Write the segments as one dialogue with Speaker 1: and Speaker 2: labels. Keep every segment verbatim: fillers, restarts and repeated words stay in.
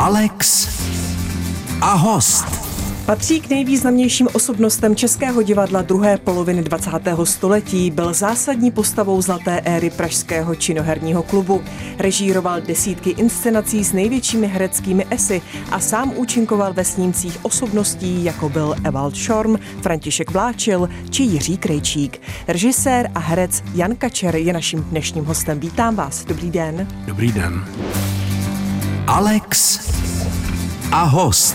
Speaker 1: Alex a host.
Speaker 2: Patří k nejvýznamnějším osobnostem českého divadla druhé poloviny dvacátého století, byl zásadní postavou zlaté éry pražského činoherního klubu. Režíroval desítky inscenací s největšími hereckými esy a sám účinkoval ve snímcích osobností, jako byl Ewald Schorm, František Vláčil či Jiří Krejčík. Režisér a herec Jan Kačer je naším dnešním hostem. Vítám vás. Dobrý den.
Speaker 3: Dobrý den.
Speaker 1: Alex a host.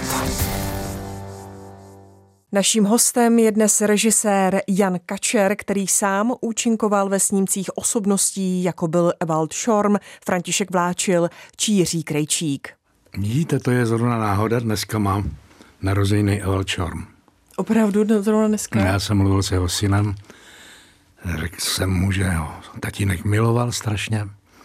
Speaker 2: Naším hostem je dnes režisér Jan Kačer, který sám účinkoval ve snímcích osobností, jako byl Ewald Schorm, František Vláčil či Jiří Krejčík.
Speaker 3: Vidíte, to je zrovna náhoda, dneska mám narozeniny Ewald Schorm.
Speaker 2: Opravdu zrovna dneska?
Speaker 3: Já jsem mluvil s jeho synem, řekl jsem mu, že ho tatínek miloval strašně.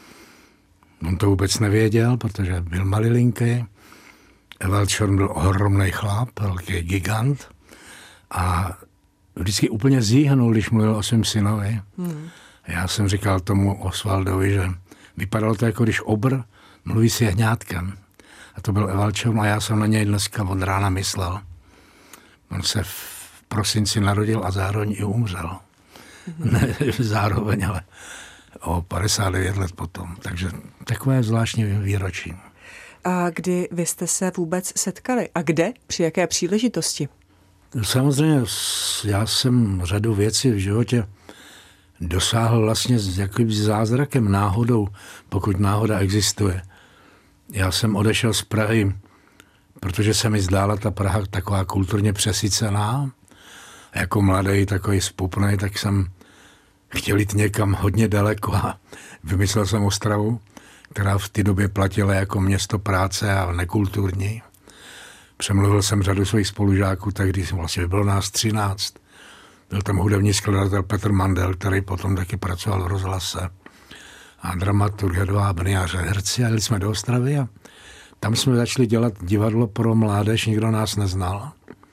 Speaker 3: On to vůbec nevěděl, protože byl malilinký. Ewald Schorm byl ohromný chlap, velký gigant. A vždycky úplně zíhnul, když mluvil o svém synovi. Hmm. Já jsem říkal tomu Osvaldovi, že vypadalo to, jako když obr mluví s jehňátkem. A to byl Ewald Schorm a já jsem na něj dneska od rána myslel. On se v prosinci narodil a zároveň i umřel. Hmm. Ne zároveň, ale o padesát devět let potom. Takže takové zvláštní výročí.
Speaker 2: A kdy vy jste se vůbec setkali? A kde? Při jaké příležitosti?
Speaker 3: Samozřejmě já jsem řadu věcí v životě dosáhl vlastně s jakým zázrakem, náhodou, pokud náhoda existuje. Já jsem odešel z Prahy, protože se mi zdála ta Praha taková kulturně přesycená. A jako mladý, takový spupnej, tak jsem chtěl jít někam hodně daleko a vymyslel jsem Ostravu, která v té době platila jako město práce a nekulturní. Přemluvil jsem řadu svých spolužáků, tak když vlastně bylo nás třináct. Byl tam hudební skladatel Petr Mandel, který potom taky pracoval v rozhlase. A dramaturg Hedvábny a herci. A jeli jsme do Ostravy a tam jsme začali dělat divadlo pro mládež, nikdo nás neznal.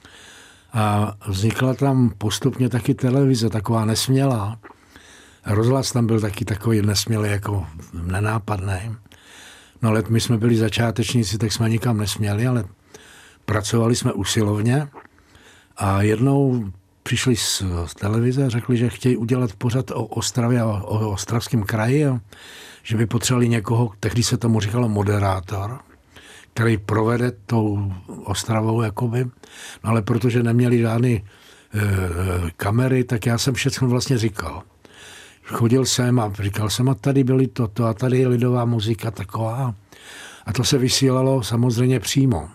Speaker 3: A vznikla tam postupně taky televize, taková nesmělá. A rozhlas tam byl taky takový nesmělý, jako nenápadný. No ale my jsme byli začátečníci, tak jsme nikam nesměli, ale pracovali jsme usilovně a jednou přišli z televize a řekli, že chtějí udělat pořad o Ostravě a o ostravském kraji a že by potřebovali někoho, tehdy se tomu říkalo moderátor, který provede tou Ostravou jakoby. No ale protože neměli žádné e, kamery, tak já jsem všechno vlastně říkal. Chodil jsem a říkal jsem, a tady byly toto, a tady je lidová muzika taková. A to se vysílalo samozřejmě přímo.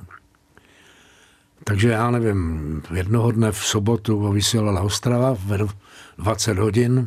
Speaker 3: Takže já nevím, jednoho dne v sobotu vysílala Ostrava v dvacet hodin.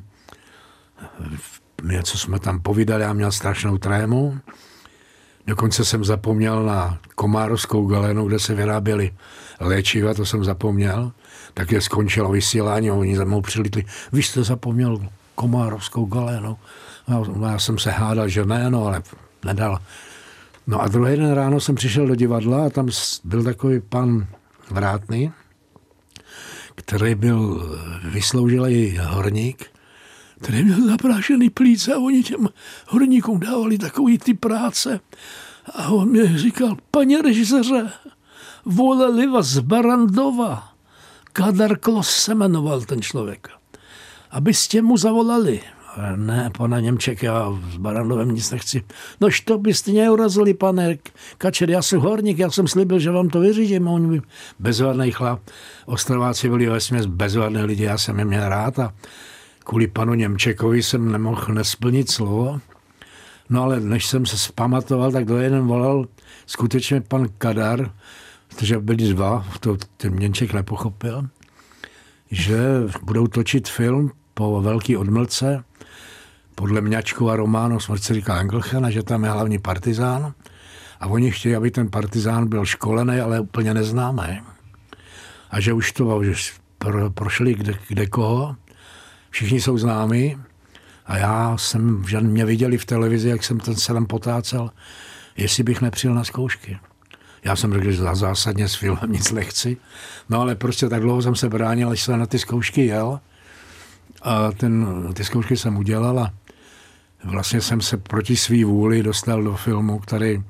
Speaker 3: Něco jsme tam povídali, já měl strašnou trému. Dokonce jsem zapomněl na Komárovskou galénu, kde se vyráběly léčiva, to jsem zapomněl. Takže skončilo vysílání a oni za mnou přilítli. Vy jste zapomněl Komárovskou galénu. A já jsem se hádal, že ne, no, ale nedal. No a druhý den ráno jsem přišel do divadla a tam byl takový pan Vrátný, který byl vysloužilý horník, který měl zaprášený plíce a oni těm horníkům dávali takový ty práce. A on mi říkal, paní režiséře, volali vás z Barandova. Kadar Klos se jmenoval ten člověk. Abyste mu zavolali. Ne, pana Němček, já s Barandovem nic nechci. No što byste mě urazili, pane Kačer, já jsem horník, já jsem slíbil, že vám to vyřídím. On byl bezvadný chlap. Ostraváci byli vesměs bezvadní lidi, já jsem je měl rád a kvůli panu Němčekovi jsem nemohl nesplnit slovo. No ale než jsem se zpamatoval, tak do jeden volal skutečně pan Kadar, protože byli dva, to ten Němček nepochopil, že budou točit film po velký odmlce, podle Mňačkova románu Smrt se říká Engelchen, že tam je hlavní partizán a oni chtějí, aby ten partizán byl školený, ale úplně neznámý. A že už to že pro, prošli kde, kde koho, všichni jsou známí a já jsem, že mě viděli v televizi, jak jsem ten se tam potácel, jestli bych nepřijel na zkoušky. Já jsem řekl, že zásadně s filmem nic nechci, no ale prostě tak dlouho jsem se bránil, až jsem na ty zkoušky jel. A ten, ty zkoušky jsem udělal a vlastně jsem se proti svý vůli dostal do filmu, který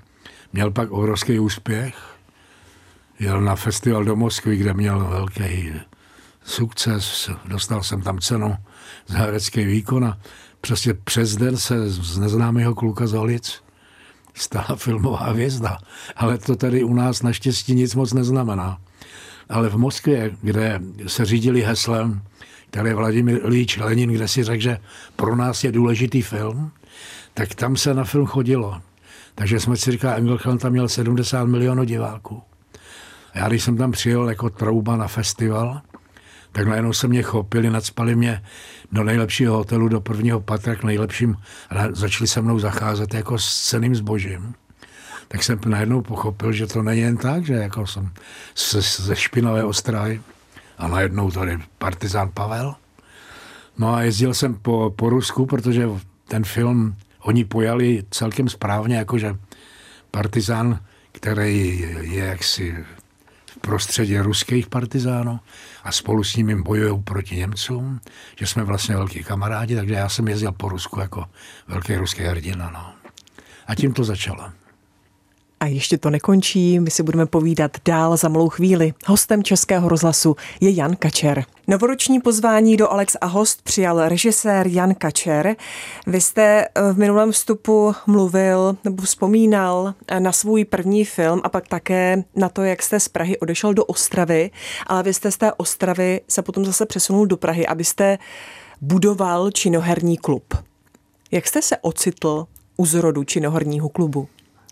Speaker 3: Měl pak obrovský úspěch. Jel na festival do Moskvy, kde měl velký sukces. Dostal jsem tam cenu za herecký výkon a prostě přes den se z neznámého kluka z Holic stala filmová hvězda. Ale to tady u nás naštěstí nic moc neznamená. Ale v Moskvě, kde se řídili heslem, který Vladimír Iljič Lenin, kde si řekl, že pro nás je důležitý film, tak tam se na film chodilo. Takže jsme si říkali, Engelkland tam měl sedmdesát milionů diváků. Já když jsem tam přijel jako trouba na festival, tak najednou se mě chopili, nacpali mě do nejlepšího hotelu, do prvního patra k nejlepším a začali se mnou zacházet jako s cenným zbožím. Tak jsem najednou pochopil, že to není jen tak, že jako jsem ze, ze špinavé Ostravy a najednou tady partizán Pavel. No a jezdil jsem po, po Rusku, protože ten film oni pojali celkem správně, jakože partizán, který je jaksi v prostředí ruských partizánů a spolu s nimi bojují proti Němcům, že jsme vlastně velký kamarádi, takže já jsem jezdil po Rusku jako velký ruský hrdina. No. A tím to začalo.
Speaker 2: A ještě to nekončí, my si budeme povídat dál za malou chvíli. Hostem Českého rozhlasu je Jan Kačer. Novoroční pozvání do Alex a host přijal režisér Jan Kačer. Vy jste v minulém vstupu mluvil nebo vzpomínal na svůj první film a pak také na to, jak jste z Prahy odešel do Ostravy, ale vy jste z té Ostravy se potom zase přesunul do Prahy, abyste budoval činoherní klub. Jak jste se ocitl u zrodu činoherního klubu?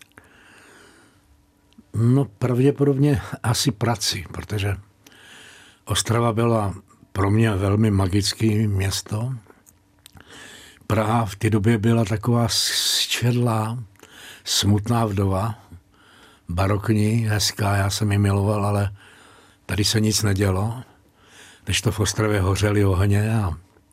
Speaker 3: No pravděpodobně asi prací, protože Ostrava byla pro mě velmi magické město. Praha v té době byla taková zčerlá, smutná vdova, barokní, hezká, já jsem ji miloval, ale tady se nic nedělo. Když to v Ostravě hořely ohně a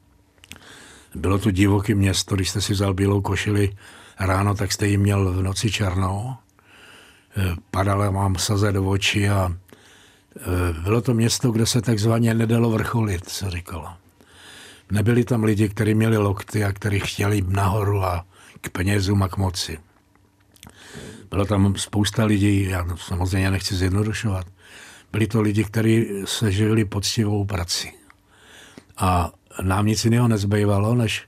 Speaker 3: bylo to divoké město, když jste si vzal bílou košili ráno, tak jste ji měl v noci černou. Padala mám saze do očí a bylo to město, kde se takzvaně nedalo vrcholit, se říkalo. Nebyli tam lidi, kteří měli lokty a kteří chtěli jít nahoru a k penězům a k moci. Bylo tam spousta lidí, já samozřejmě nechci zjednodušovat, byli to lidi, kteří se živili poctivou prací. A nám nic jiného nezbývalo, než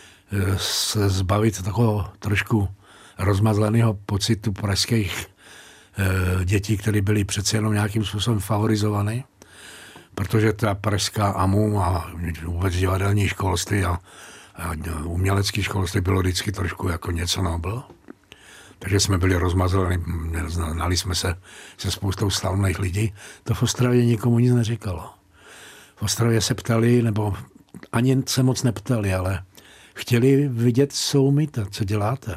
Speaker 3: se zbavit takového trošku rozmazleného pocitu pražských dětí, které byly přece jenom nějakým způsobem favorizované, protože ta pražská AMU a vůbec divadelní školství a, a umělecké školství bylo vždycky trošku jako něco nobl. Takže jsme byli rozmazleni, znali jsme se se spoustou slavných lidí. To v Ostravě nikomu nic neříkalo. V Ostravě se ptali, nebo ani se moc neptali, ale chtěli vidět, co umíte, co děláte.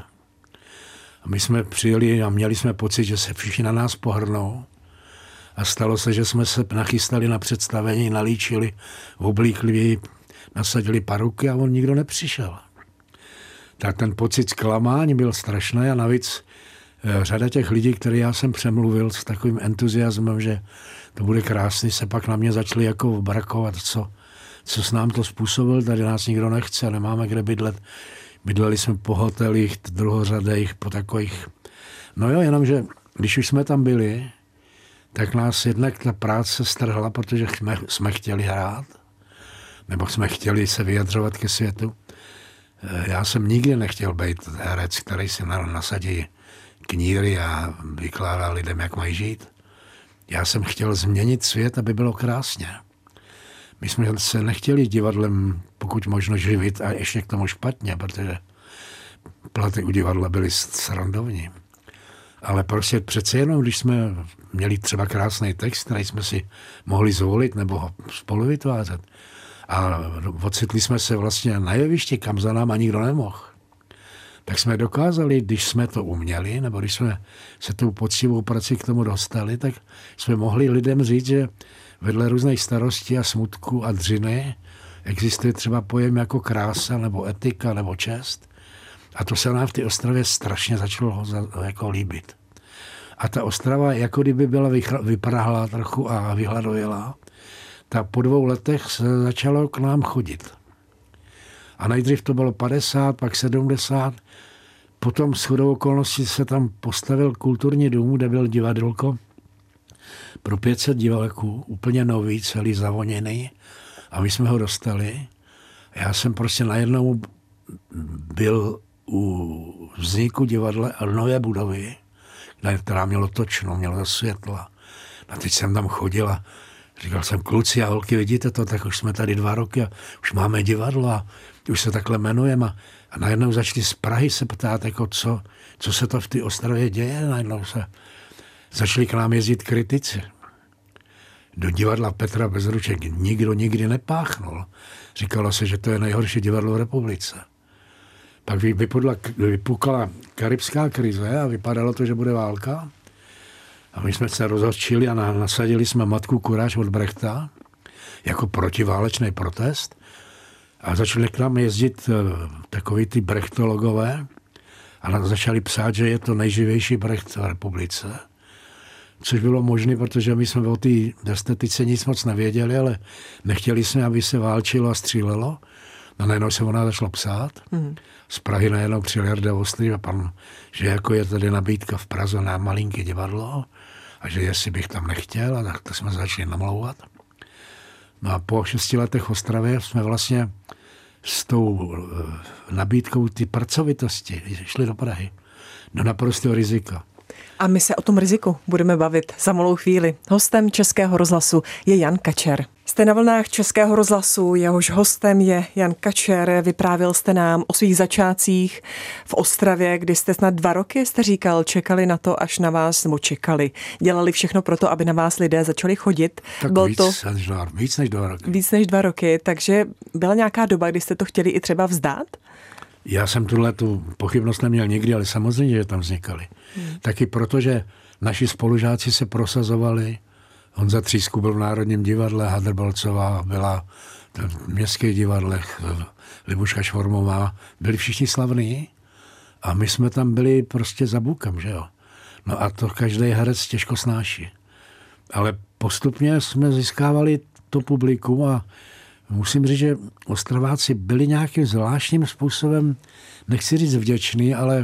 Speaker 3: A my jsme přijeli a měli jsme pocit, že se všichni na nás pohrnou. A stalo se, že jsme se nachystali na představení, nalíčili, oblíkli, nasadili paruky a on nikdo nepřišel. Tak ten pocit zklamání byl strašný a navíc řada těch lidí, které já jsem přemluvil s takovým entuziasmem, že to bude krásný, se pak na mě začali jako obrakovat, co, co s nám to způsobil, tady nás nikdo nechce, nemáme kde bydlet. Bydleli jsme po hotelích, druhořadejch, po takových. No jo, jenomže když už jsme tam byli, tak nás jednak ta práce strhla, protože jsme, jsme chtěli hrát, nebo jsme chtěli se vyjadřovat ke světu. Já jsem nikdy nechtěl být herec, který si nasadí kníry a vykládá lidem, jak mají žít. Já jsem chtěl změnit svět, aby bylo krásně. My jsme se nechtěli divadlem pokud možno živit a ještě k tomu špatně, protože platy u divadla byly srandovní. Ale prostě přece jenom, když jsme měli třeba krásný text, který jsme si mohli zvolit nebo ho spolu vytvářet, a ocitli jsme se vlastně na jevišti, kam za náma nikdo nemohl, tak jsme dokázali, když jsme to uměli, nebo když jsme se tou poctivou prací k tomu dostali, tak jsme mohli lidem říct, že vedle různých starostí a smutku a dřiny existuje třeba pojem jako krása, nebo etika, nebo čest. A to se nám v té Ostravě strašně začalo jako líbit. A ta Ostrava, jako kdyby byla vyprahlá trochu a vyhladovělá, tak po dvou letech se začalo k nám chodit. A nejdřív to bylo padesát, pak sedmdesát, potom shodou okolností se tam postavil kulturní dům, kde byl divadelko pro pět set diváků, úplně nový, celý zavoněný. A my jsme ho dostali. Já jsem prostě najednou byl u vzniku divadla a nové budovy, která mělo točno, mělo světla. A teď jsem tam chodil a říkal jsem, kluci a holky, vidíte to, tak už jsme tady dva roky a už máme divadlo a už se takhle jmenujeme. A, a najednou začali z Prahy se ptát, jako co, co se to v té Ostravě děje. Najednou se začali k nám jezdit kritici. Do divadla Petra Bezruček nikdo nikdy nepáchnul. Říkalo se, že to je nejhorší divadlo v republice. Pak vypudla, vypukla karibská krize a vypadalo to, že bude válka. A my jsme se rozhodčili a nasadili jsme Matku Kuráž od Brechta jako protiválečný protest. A začali k nám jezdit takový ty brechtologové a začali psát, že je to nejživější Brecht v republice. Což bylo možné, protože my jsme o té estetice nic moc nevěděli, ale nechtěli jsme, aby se válčilo a střílelo. A najednou se ona začala psát. Mm. Z Prahy najednou přijel Jarda Ostrý a pan, že jako je tady nabídka v Praze na malinké divadlo a že jestli bych tam nechtěl, a tak to jsme začali namlouvat. No a po šesti letech v Ostravě jsme vlastně s tou nabídkou ty pracovitosti šli do Prahy. Do naprostého rizika.
Speaker 2: A my se o tom riziku budeme bavit za malou chvíli. Hostem Českého rozhlasu je Jan Kačer. Jste na vlnách Českého rozhlasu, jehož hostem je Jan Kačer. Vyprávěl jste nám o svých začátcích v Ostravě, kdy jste snad dva roky, jste říkal, čekali na to, až na vás, nebo čekali. Dělali všechno pro to, aby na vás lidé začali chodit.
Speaker 3: Tak
Speaker 2: Byl
Speaker 3: víc,
Speaker 2: to
Speaker 3: než dva, víc než dva roky.
Speaker 2: Víc než dva roky, takže byla nějaká doba, kdy jste to chtěli i třeba vzdát?
Speaker 3: Já jsem tuhle tu pochybnost neměl nikdy, ale samozřejmě, že tam vznikaly. Hmm. Taky protože naši spolužáci se prosazovali. Honza Třísku byl v Národním divadle, Hadrbalcová byla v městských divadlech, Libuška Švormová. Byli všichni slavní a my jsme tam byli prostě za bukem, že jo. No a to každý herec těžko snáší. Ale postupně jsme získávali to publikum a musím říct, že Ostraváci byli nějakým zvláštním způsobem, nechci říct vděčný, ale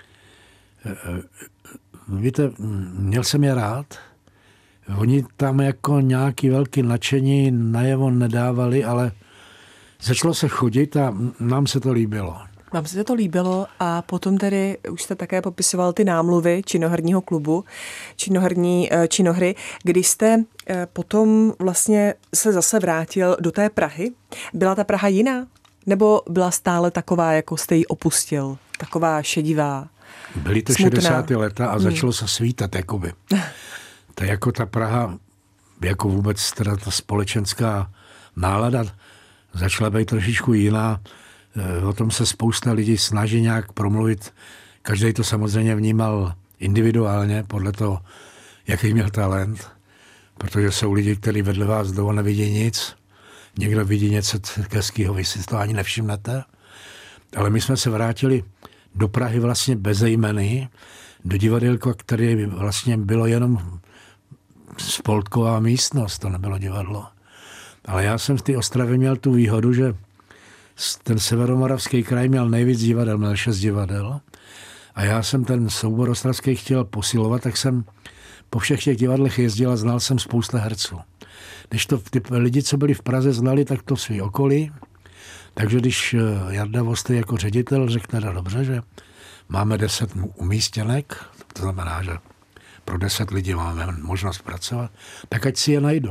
Speaker 3: víte, měl jsem je rád. Oni tam jako nějaký velký nadšení najevo nedávali, ale začalo se chodit a nám se to líbilo.
Speaker 2: Vám se to líbilo a potom tedy už jste také popisoval ty námluvy činoherního klubu, činoherní činohry, kdy jste potom vlastně se zase vrátil do té Prahy. Byla ta Praha jiná? Nebo byla stále taková, jako jste ji opustil? Taková šedivá,
Speaker 3: Byly to
Speaker 2: smutná.
Speaker 3: šedesátá léta a začalo se svítat, jakoby. To je jako ta Praha, jako vůbec teda ta společenská nálada začala být trošičku jiná. O tom se spousta lidí snaží nějak promluvit. Každý to samozřejmě vnímal individuálně, podle toho, jaký měl talent. Protože jsou lidi, kteří vedle vás dlouho nevidí nic. Někdo vidí něco hezkého, vy si to ani nevšimnete. Ale my jsme se vrátili do Prahy vlastně bezejmenný, do divadelka, které vlastně bylo jenom spolková místnost, to nebylo divadlo. Ale já jsem v té Ostravě měl tu výhodu, že ten severomoravský kraj měl nejvíc divadel, měl šest divadel. A já jsem ten soubor ostravský chtěl posilovat, tak jsem po všech těch divadlech jezdil a znal jsem spousta herců. Když to ty lidi, co byli v Praze, znali, tak to svý okolí. Takže když Jarda Vostrý jako ředitel řekne, no dobře, že máme deset umístěnek, to znamená, že pro deset lidí máme možnost pracovat, tak ať si je najdu.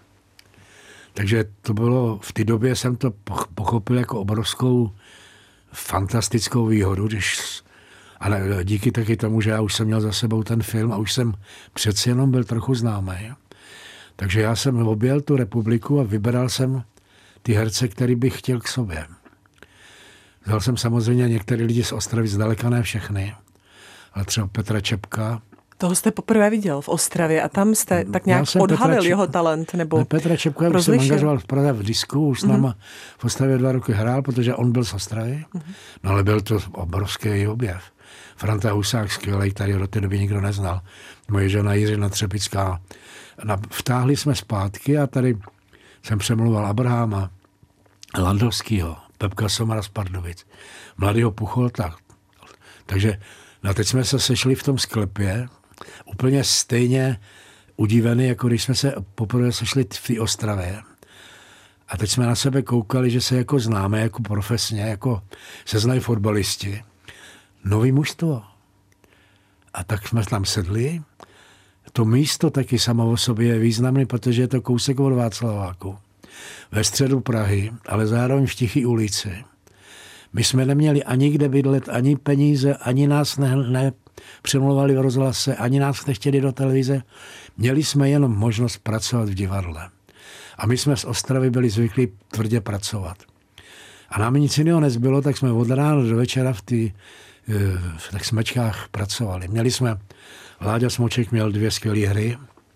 Speaker 3: Takže to bylo, v té době jsem to pochopil jako obrovskou fantastickou výhodu, když, ale díky taky tomu, že já už jsem měl za sebou ten film a už jsem přeci jenom byl trochu známý. Takže já jsem objel tu republiku a vybral jsem ty herce, který bych chtěl k sobě. Vzal jsem samozřejmě některé lidi z Ostravy, zdaleka ne všechny, ale třeba Petra Čepka.
Speaker 2: Toho jste poprvé viděl v Ostravě a tam jste tak nějak odhalil Čep... jeho talent, nebo
Speaker 3: ne, Petra Čepka už jsem angažoval v Praze v disku, už s náma mm-hmm. v Ostravě dva roky hrál, protože on byl z Ostravy, mm-hmm. no ale byl to obrovský objev. Franta Husák, skvělej, tady do té doby nikdo neznal. Moje žena Jiřina Třepická. Vtáhli jsme zpátky a tady jsem přemluval Abraháma, Landovskýho, Pepka Somara z Pardubic, mladýho Pucholta, Takže no teď jsme se sešli v tom sklepě, úplně stejně udivený, jako když jsme se poprvé sešli v té Ostravě. A teď jsme na sebe koukali, že se jako známe, jako profesně, jako se znají fotbalisti. Nový mužstvo. A tak jsme tam sedli. To místo taky samo o sobě je významné, protože je to kousek od Václaváku. Ve středu Prahy, ale zároveň v tichý ulici. My jsme neměli ani kde bydlet, ani peníze, ani nás nepřemlouvali v rozhlase, ani nás nechtěli do televize. Měli jsme jenom možnost pracovat v divadle. A my jsme z Ostravy byli zvyklí tvrdě pracovat. A nám nic jiného nezbylo, tak jsme od rána do večera v těch v smečkách pracovali. Měli jsme, Láďa Smoček měl dvě skvělé hry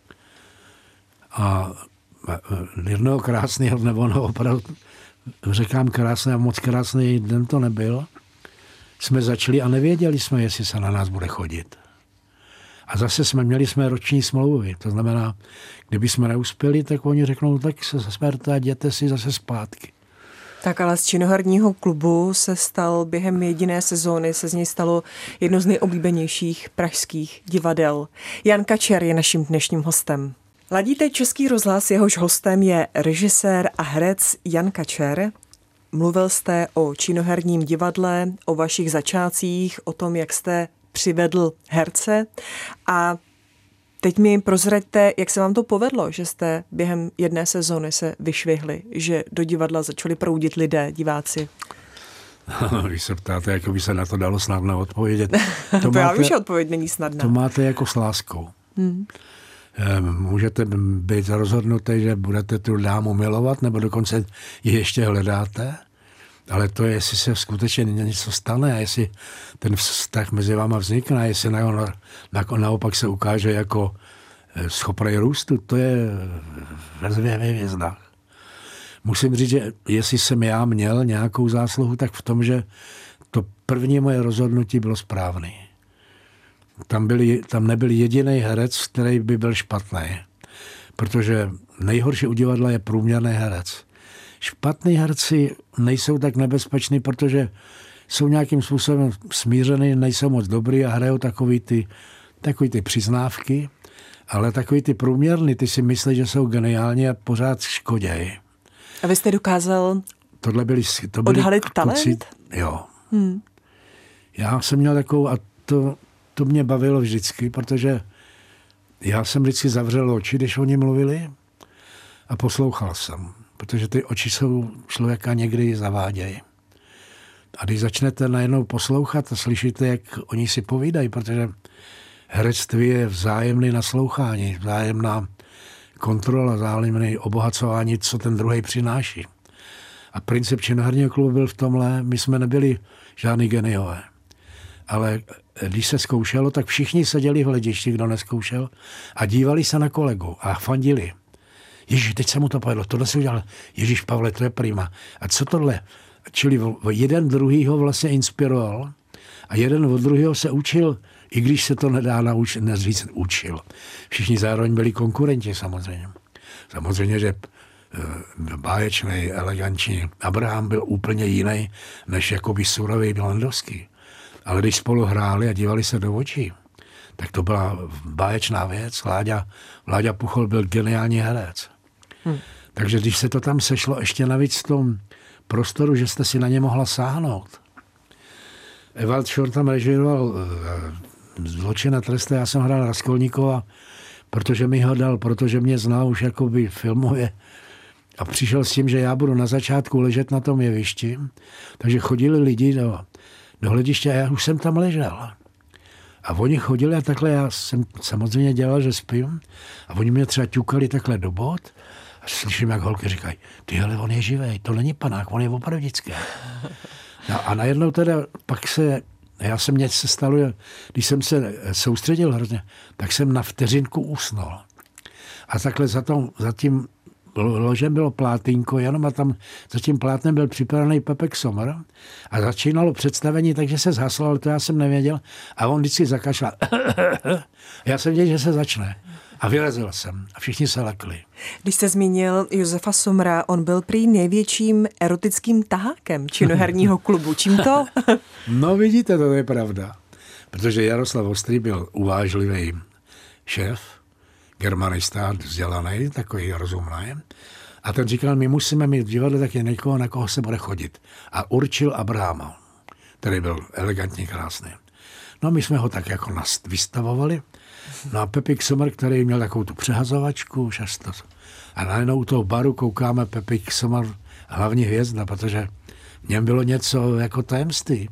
Speaker 3: a jednoho krásného, nebo no, opravdu řekám krásný a moc krásný den to nebyl, jsme začali a nevěděli jsme, jestli se na nás bude chodit. A zase jsme měli jsme roční smlouvy. To znamená, kdyby jsme neuspěli, tak oni řeknou, tak se smerte a jděte si zase zpátky.
Speaker 2: Tak ale z činoherního klubu se stal během jediné sezóny, se z něj stalo jedno z nejoblíbenějších pražských divadel. Jan Kačer je naším dnešním hostem. Ladíte Český rozhlas, jehož hostem je režisér a herec Jan Kačer. Mluvil jste o činoherním divadle, o vašich začátcích, o tom, jak jste přivedl herce a teď mi prozraďte, jak se vám to povedlo, že jste během jedné sezóny se vyšvihli, že do divadla začali proudit lidé, diváci.
Speaker 3: Když se ptáte, jak by se na to dalo snadno odpovědět.
Speaker 2: To, to máte, já vím, že odpověď není snadná.
Speaker 3: To máte jako s láskou. Hmm. Můžete být rozhodnutý, že budete tu dámu milovat, nebo dokonce ji ještě hledáte, ale to je, jestli se skutečně něco stane a jestli ten vztah mezi váma vznikne a jestli na, na, na, naopak se ukáže jako schopný růstu, to je ve dvě hvězdách. Musím říct, že jestli jsem já měl nějakou zásluhu, tak v tom, že to první moje rozhodnutí bylo správný. Tam, byli, tam nebyl jediný herec, který by byl špatný. Protože nejhorší u divadla je průměrný herec. Špatný herci nejsou tak nebezpeční, protože jsou nějakým způsobem smířený, nejsou moc dobrý a hrajou takový ty, takový ty přiznávky, ale takový ty průměrný, ty si myslí, že jsou geniální a pořád škodějí.
Speaker 2: A vy jste dokázal
Speaker 3: Tohle byli, to byli
Speaker 2: odhalit
Speaker 3: kluci,
Speaker 2: talent?
Speaker 3: Jo.
Speaker 2: Hmm.
Speaker 3: Já jsem měl takovou, a to, to mě bavilo vždycky, protože já jsem vždycky zavřel oči, když oni mluvili a poslouchal jsem. Protože ty oči jsou člověka někdy zavádějí. A když začnete najednou poslouchat a slyšíte, jak oni si povídají, protože herectví je vzájemné naslouchání, vzájemná kontrola, vzájemné obohacování, co ten druhý přináší. A princip činoherního klubu byl v tomhle, my jsme nebyli žádný geniové. Ale když se zkoušelo, tak všichni seděli v hledišti, kdo neskoušel, a dívali se na kolegu a fandili. Ježíš, teď se mu to povedlo, tohle si udělal. Ježíš Pavle, to je prima. A co tohle? Čili jeden druhýho vlastně inspiroval a jeden od druhého se učil, i když se to nedá naučit, neříct učil. Všichni zároveň byli konkurenti samozřejmě. Samozřejmě, že báječný, elegantní Abraham byl úplně jiný, než jakoby surový Landowský. Ale když spolu hráli a dívali se do očí, tak to byla báječná věc. Láďa, Láďa Puchol byl geniální herec. Hmm. Takže když se to tam sešlo ještě navíc v tom prostoru, že jste si na ně mohla sáhnout. Ewald Šor tam režíroval Zločin a trest, já jsem hrál Raskolníkova, protože mi ho dal, protože mě znal už jakoby filmově a přišel s tím, že já budu na začátku ležet na tom jevišti, takže chodili lidi do, do hlediště a já už jsem tam ležel. A oni chodili a takhle, já jsem samozřejmě dělal, že spím a oni mě třeba ťukali takhle do bod a slyším, jak holky říkají, ty hele, on je živej, to není panák, on je opravdický. No a najednou teda pak se, já jsem něco se stalo, když jsem se soustředil hrozně, tak jsem na vteřinku usnul. A takhle za, tom, za tím ložem bylo plátínko, jenom a tam za tím plátnem byl připravený Pepek Somr a začínalo představení, takže se zhaslo, ale to já jsem nevěděl a on vždycky zakašlal. Já jsem věděl, že se začne. A vyrazil jsem. A všichni se lekli.
Speaker 2: Když jste zmínil Josefa Somra, on byl prý největším erotickým tahákem činoherního klubu. Čím to?
Speaker 3: No vidíte, to je pravda. protože Jaroslav Ostrý byl uvážlivý šéf, germanista, vzdělaný, takový rozumný. A ten říkal, my musíme mít v divadle taky někoho, na koho se bude chodit. A určil Abrahama, který byl elegantně krásný. No my jsme ho tak jako vystavovali. No a Pepík Sommer, který měl takovou tu přehazovačku, šasto. A najednou u toho baru koukáme Pepík Sommer, hlavní hvězda, protože v něm bylo něco jako tajemství.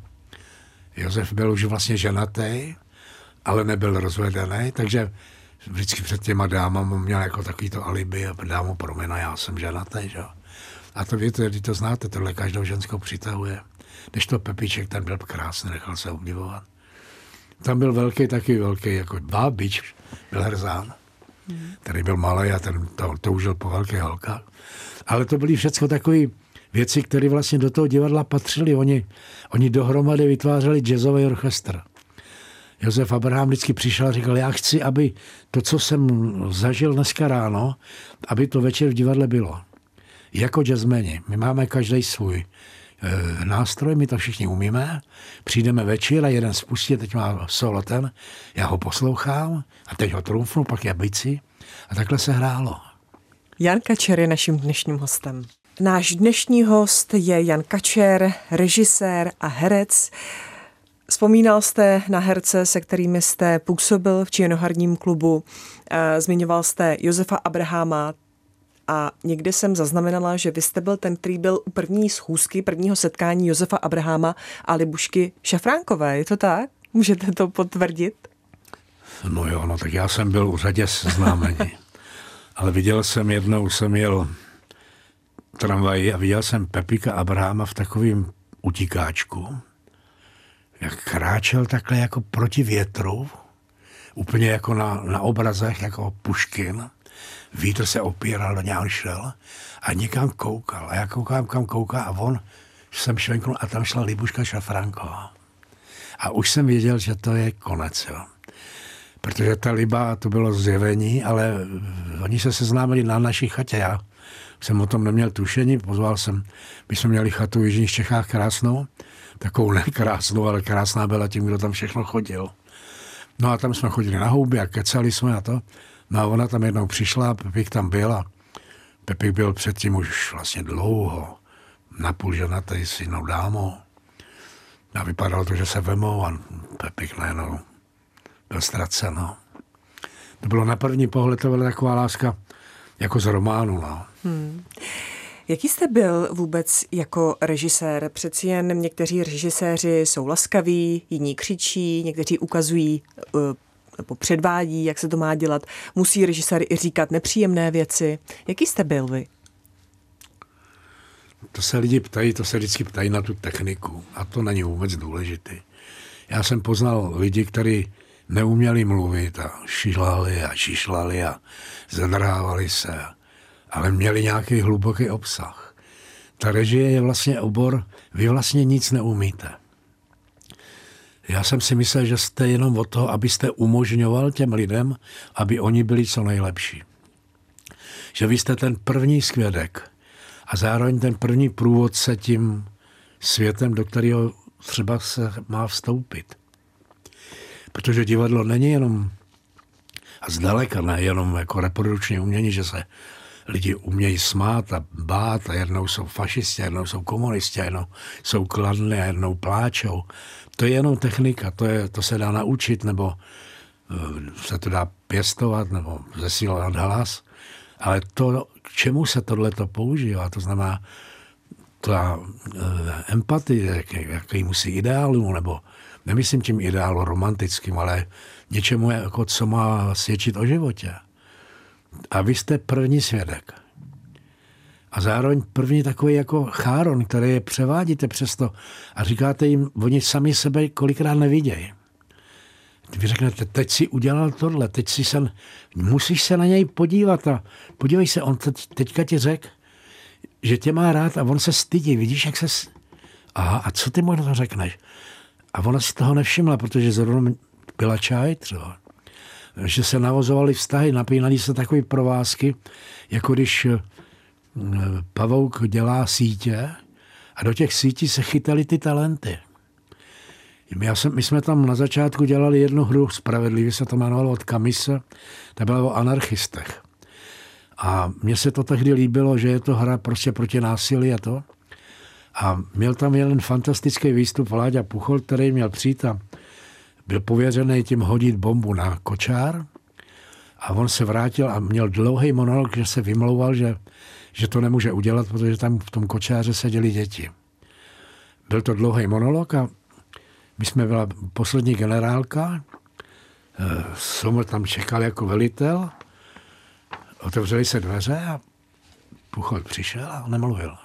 Speaker 3: Josef byl už vlastně ženatý, ale nebyl rozvedený, takže vždycky před těma dámama měl jako takový to alibi a dámu promena, já jsem ženatý, že? A to víte, když to znáte, tohle každou ženskou přitahuje. Když to Pepíček, ten byl krásný, nechal se obdivovat. Tam byl velký, taky velký, jako bábič, byl Herzán, hmm. který byl malý a ten to, toužil po velkých holkách. Ale to byly všechno takové věci, které vlastně do toho divadla patřily. Oni, oni dohromady vytvářeli jazzový orchestr. Josef Abraham vždycky přišel a říkal, já chci, aby to, co jsem zažil dneska ráno, aby to večer v divadle bylo. Jako jazzmeni. My máme každý svůj e, nástroj, my to všichni umíme. Přijdeme večer a jeden spustí, teď má solo ten, já ho poslouchám a teď ho trumfnu, pak je bicí. A takhle se hrálo.
Speaker 2: Jan Kačer je naším dnešním hostem. Náš dnešní host je Jan Kačer, režisér a herec. Vzpomínal jste na herce, se kterými jste působil v Činoherním klubu. Zmiňoval jste Josefa Abrahama a někdy jsem zaznamenala, že vy jste byl ten, který byl u první schůzky, prvního setkání Josefa Abrahama a Libušky Šafránkové. Je to tak? Můžete to potvrdit?
Speaker 3: No jo, no tak já jsem byl u řadě seznámení. Ale viděl jsem jednou, jsem jel tramvaji a viděl jsem Pepíka Abrahama v takovým utíkáčku, jak kráčel takhle jako proti větru, úplně jako na, na obrazech, jako Puškin. Vítr se opíral, do něj šel a někam koukal. A já koukám, kam kouká a on jsem švenknul a tam šla Libuška Šafránková. A už jsem věděl, že to je konec, jo. Protože ta Liba, to bylo zjevení, ale oni se seznámili na naší chatě. Já jsem o tom neměl tušení, pozval jsem, my jsme měli chatu v Jižních Čechách krásnou, takovou nekrásnou, ale krásná byla tím, kdo tam všechno chodil. No a tam jsme chodili na houby a kecali jsme a to. No a ona tam jednou přišla, Pepík tam byl a Pepík byl předtím už vlastně dlouho, napůl ženatý s jinou dámou. A vypadalo to, že se vemou a Pepík najednou byl ztracen. No. To bylo na první pohled, to byla taková láska jako z románu. No. Hmm.
Speaker 2: Jaký jste byl vůbec jako režisér? Přeci jen někteří režiséři jsou laskaví, jiní křičí, někteří ukazují nebo předvádí, jak se to má dělat. Musí režisér i říkat nepříjemné věci. Jaký jste byl vy?
Speaker 3: To se lidi ptají, to se vždycky ptají na tu techniku. A to není vůbec důležité. Já jsem poznal lidi, kteří neuměli mluvit a šišlali a šišlali a zadrhávali se. Ale měli nějaký hluboký obsah. Ta režie je vlastně obor, vy vlastně nic neumíte. Já jsem si myslel, že jste jenom od toho, abyste umožňoval těm lidem, aby oni byli co nejlepší. Že vy jste ten první svědek a zároveň ten první průvodce tím světem, do kterého třeba se má vstoupit. Protože divadlo není jenom, a zdaleka ne jenom jako reprodukční umění, že se lidi umějí smát a bát a jednou jsou fašisti, jednou jsou komunisti, jednou jsou kladné a jednou pláčou. To je jenom technika, to, je, to se dá naučit, nebo se to dá pěstovat, nebo zesílat hlas. Ale to, k čemu se tohleto používá, to znamená ta e, empatie, jaký, jaký musí ideálu, nebo nemyslím tím ideálu romantickým, ale něčemu, jako, co má svědčit o životě. A vy jste první svědek. A zároveň první takový jako cháron, který je převádíte přesto a říkáte jim, oni sami sebe kolikrát nevidějí. Vy řeknete, teď si udělal tohle, teď si se, musíš se na něj podívat a podívej se, on teď, teďka ti řekl, že tě má rád a on se stydí, vidíš, jak se... Aha, a co ty mu to řekneš? A ona si toho nevšimla, protože zrovna byla čaj třeba. Že se navozovaly vztahy, napínaly se takové provázky, jako když pavouk dělá sítě a do těch sítí se chytaly ty talenty. Já jsem, my jsme tam na začátku dělali jednu hru, Spravedlivě se to jmenovalo, od Kamise, to bylo o anarchistech. A mně se to tehdy líbilo, že je to hra prostě proti násilí a to. A měl tam jeden fantastický výstup Vláďa Puchol, který měl přijít a byl pověřený tím hodit bombu na kočár. A on se vrátil a měl dlouhý monolog, že se vymlouval, že, že to nemůže udělat, protože tam v tom kočáře seděli děti. Byl to dlouhý monolog a my jsme byla poslední generálka, Sommer tam čekal jako velitel, otevřeli se dveře a Puchol přišel a nemluvil.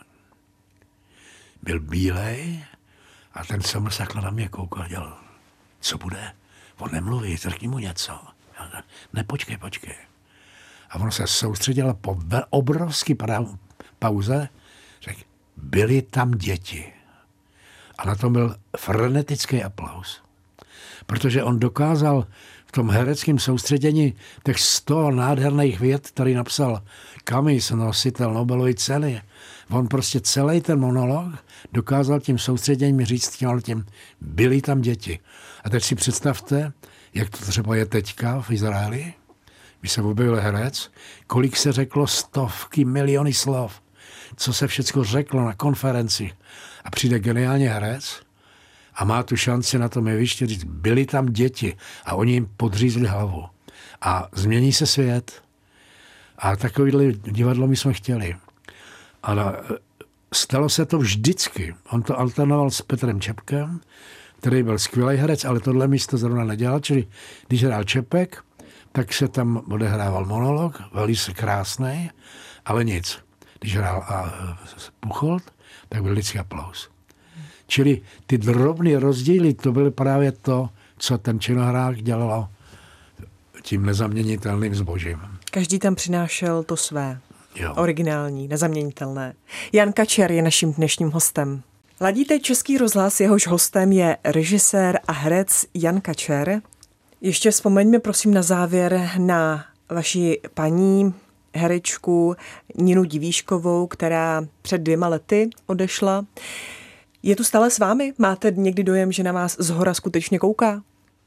Speaker 3: Byl bílej a ten Sommer se takhle na mě koukal a dělal, co bude? On nemluví, řekni mu něco. Ne, počkej, počkej. A on se soustředil po obrovský pauze, řekl, byly tam děti. A na tom byl frenetický aplaus. Protože on dokázal v tom hereckém soustředění těch sto nádherných vět, který napsal Camus, nositel Nobelovy ceny. On prostě celý ten monolog dokázal tím soustředěním říct tím, tím byly tam děti. A teď si představte, jak to třeba je teďka v Izraeli, když se objevil herec, kolik se řeklo stovky, miliony slov, co se všecko řeklo na konferenci. A přijde geniální herec a má tu šanci na tom jevišti říct, byly tam děti a oni jim podřízli hlavu. A změní se svět. A takovýhle divadlo my jsme chtěli. Ale stalo se to vždycky. On to alternoval s Petrem Čepkem, který byl skvělý herec, ale tohle místo zrovna nedělal. Čili když hrál Čepek, tak se tam odehrával monolog, velice krásný, ale nic. Když hrál a Puchol, tak byl lidský aplaus. Čili ty drobné rozdíly, to byly právě to, co ten činohrák dělal tím nezaměnitelným zbožím.
Speaker 2: Každý tam přinášel to své.
Speaker 3: Jo.
Speaker 2: Originální, nezaměnitelné. Jan Kačer je naším dnešním hostem. Ladíte Český rozhlas, jehož hostem je režisér a herec Jan Kačer. Ještě vzpomeňme prosím na závěr na vaši paní herečku Ninu Divíškovou, která před dvěma lety odešla. Je tu stále s vámi? Máte někdy dojem, že na vás zhora skutečně kouká?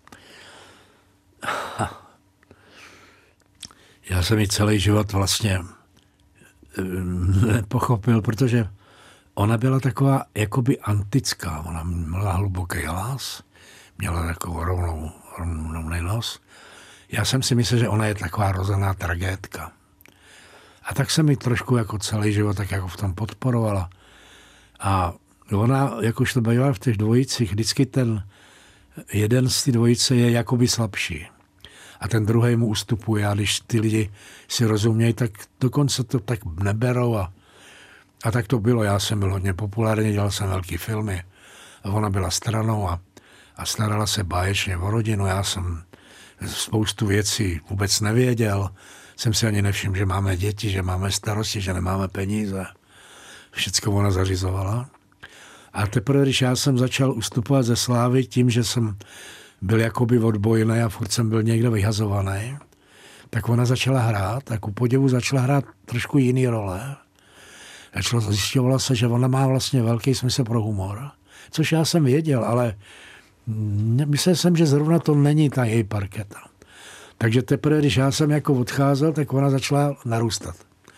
Speaker 3: Já jsem ji celý život vlastně nepochopil, protože ona byla taková jakoby antická. Ona měla hluboký hlas, měla takovou rovnou, rovnou nos. Já jsem si myslel, že ona je taková rozená tragédka. A tak se mi trošku jako celý život tak jako v tom podporovala. A ona, jakož to bývá v těch dvojicích, vždycky ten jeden z té dvojice je jakoby slabší. A ten druhý mu ustupuje. A když ty lidi si rozumějí, tak dokonce to tak neberou. A, a tak to bylo. Já jsem byl hodně populární, dělal jsem velký filmy. A ona byla stranou a, a starala se báječně o rodinu. Já jsem spoustu věcí vůbec nevěděl. Jsem si ani nevšiml, že máme děti, že máme starosti, že nemáme peníze. Všecko ona zařizovala. A teprve, když já jsem začal ustupovat ze slávy tím, že jsem byl jakoby odbojný a furt jsem byl někde vyhazovaný, tak ona začala hrát a ku podivu začala hrát trošku jiný role. Začalo, zjišťovalo se, že ona má vlastně velký smysl pro humor, což já jsem věděl, ale myslel jsem, že zrovna to není ta její parketa. Takže teprve, když já jsem jako odcházel, tak ona začala narůstat.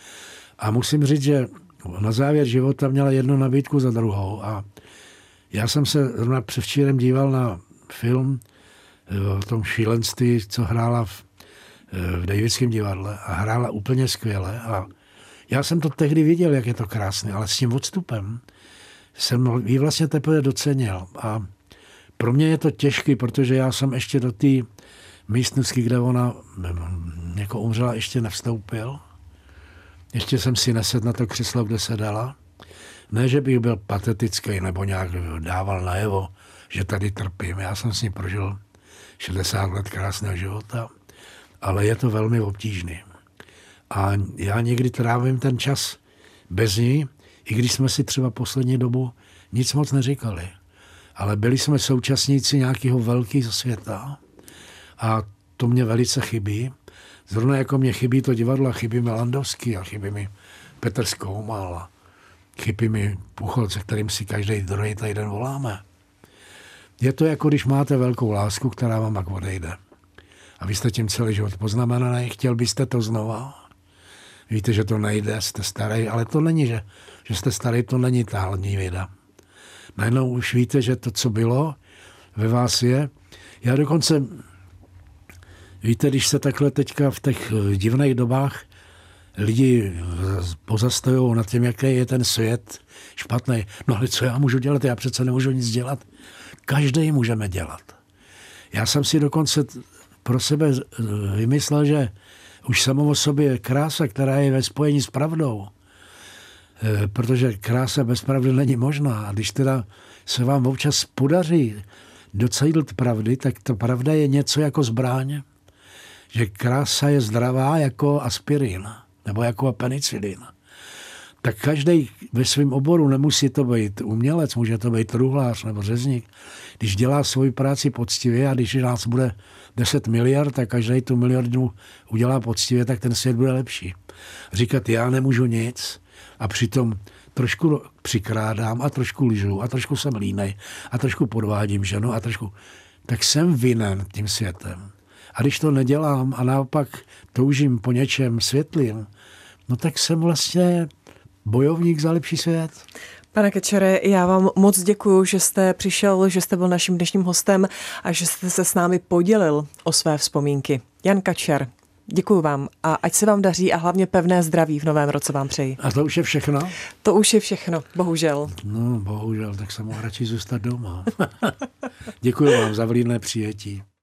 Speaker 3: A musím říct, že na závěr života měla jednu nabídku za druhou. A já jsem se zrovna předvčírem díval na film o tom šílenství, co hrála v, v Davidském divadle. A hrála úplně skvěle. A já jsem to tehdy viděl, jak je to krásné, ale s tím odstupem jsem ji vlastně teprve docenil. A pro mě je to těžký, protože já jsem ještě do té místnosti, kde ona jako umřela, ještě nevstoupil. Ještě jsem si nesedl na to křeslo, kde se dala. Ne, že bych byl patetický nebo nějak dával najevo, že tady trpím. Já jsem s ní prožil šedesát let krásného života, ale je to velmi obtížný. A já někdy trávím ten čas bez ní, i když jsme si třeba poslední dobu nic moc neříkali. Ale byli jsme současníci nějakého velkého světa a to mě velice chybí. Zrovna jako mě chybí to divadlo, chybí mi Landovský a chybí mi Petr Skoumal a chybí mi Puchol, se kterým si každý druhý týden voláme. je to jako když máte velkou lásku, která vám pak odejde. A vy jste tím celý život poznamenaný, chtěl byste to znova. Víte, že to nejde, jste starý, ale to není, že, že jste starý, to není ta hlavní věda. Najednou už víte, že to, co bylo, ve vás je. Já dokonce, víte, když se takhle teďka v těch divných dobách lidi pozastavují nad tím, jaký je ten svět špatný. No ale co já můžu dělat? Já přece nemůžu nic dělat. Každý můžeme dělat. Já jsem si dokonce pro sebe vymyslel, že už samo o sobě krása, která je ve spojení s pravdou, protože krása bez pravdy není možná. A když teda se vám občas podaří docílit pravdy, tak ta pravda je něco jako zbraň. Že krása je zdravá jako aspirin nebo jako penicilin. Tak každý ve svém oboru, nemusí to být umělec, může to být truhlář nebo řezník, když dělá svoji práci poctivě a když nás bude deset miliard a každý tu miliardu udělá poctivě, tak ten svět bude lepší. Říkat, já nemůžu nic a přitom trošku přikrádám a trošku lyžu a trošku jsem línej a trošku podvádím ženu a trošku, tak jsem vinen tím světem. A když to nedělám a naopak toužím po něčem světlým, no tak jsem vlastně bojovník za lepší svět.
Speaker 2: Pane Kečere, já vám moc děkuju, že jste přišel, že jste byl naším dnešním hostem a že jste se s námi podělil o své vzpomínky. Jan Kačer, děkuju vám a ať se vám daří a hlavně pevné zdraví v novém roce vám přeji.
Speaker 3: A to už je všechno?
Speaker 2: To už je všechno, bohužel.
Speaker 3: No, bohužel, tak jsem mohl radši zůstat doma. Děkuju vám za vlídné přijetí.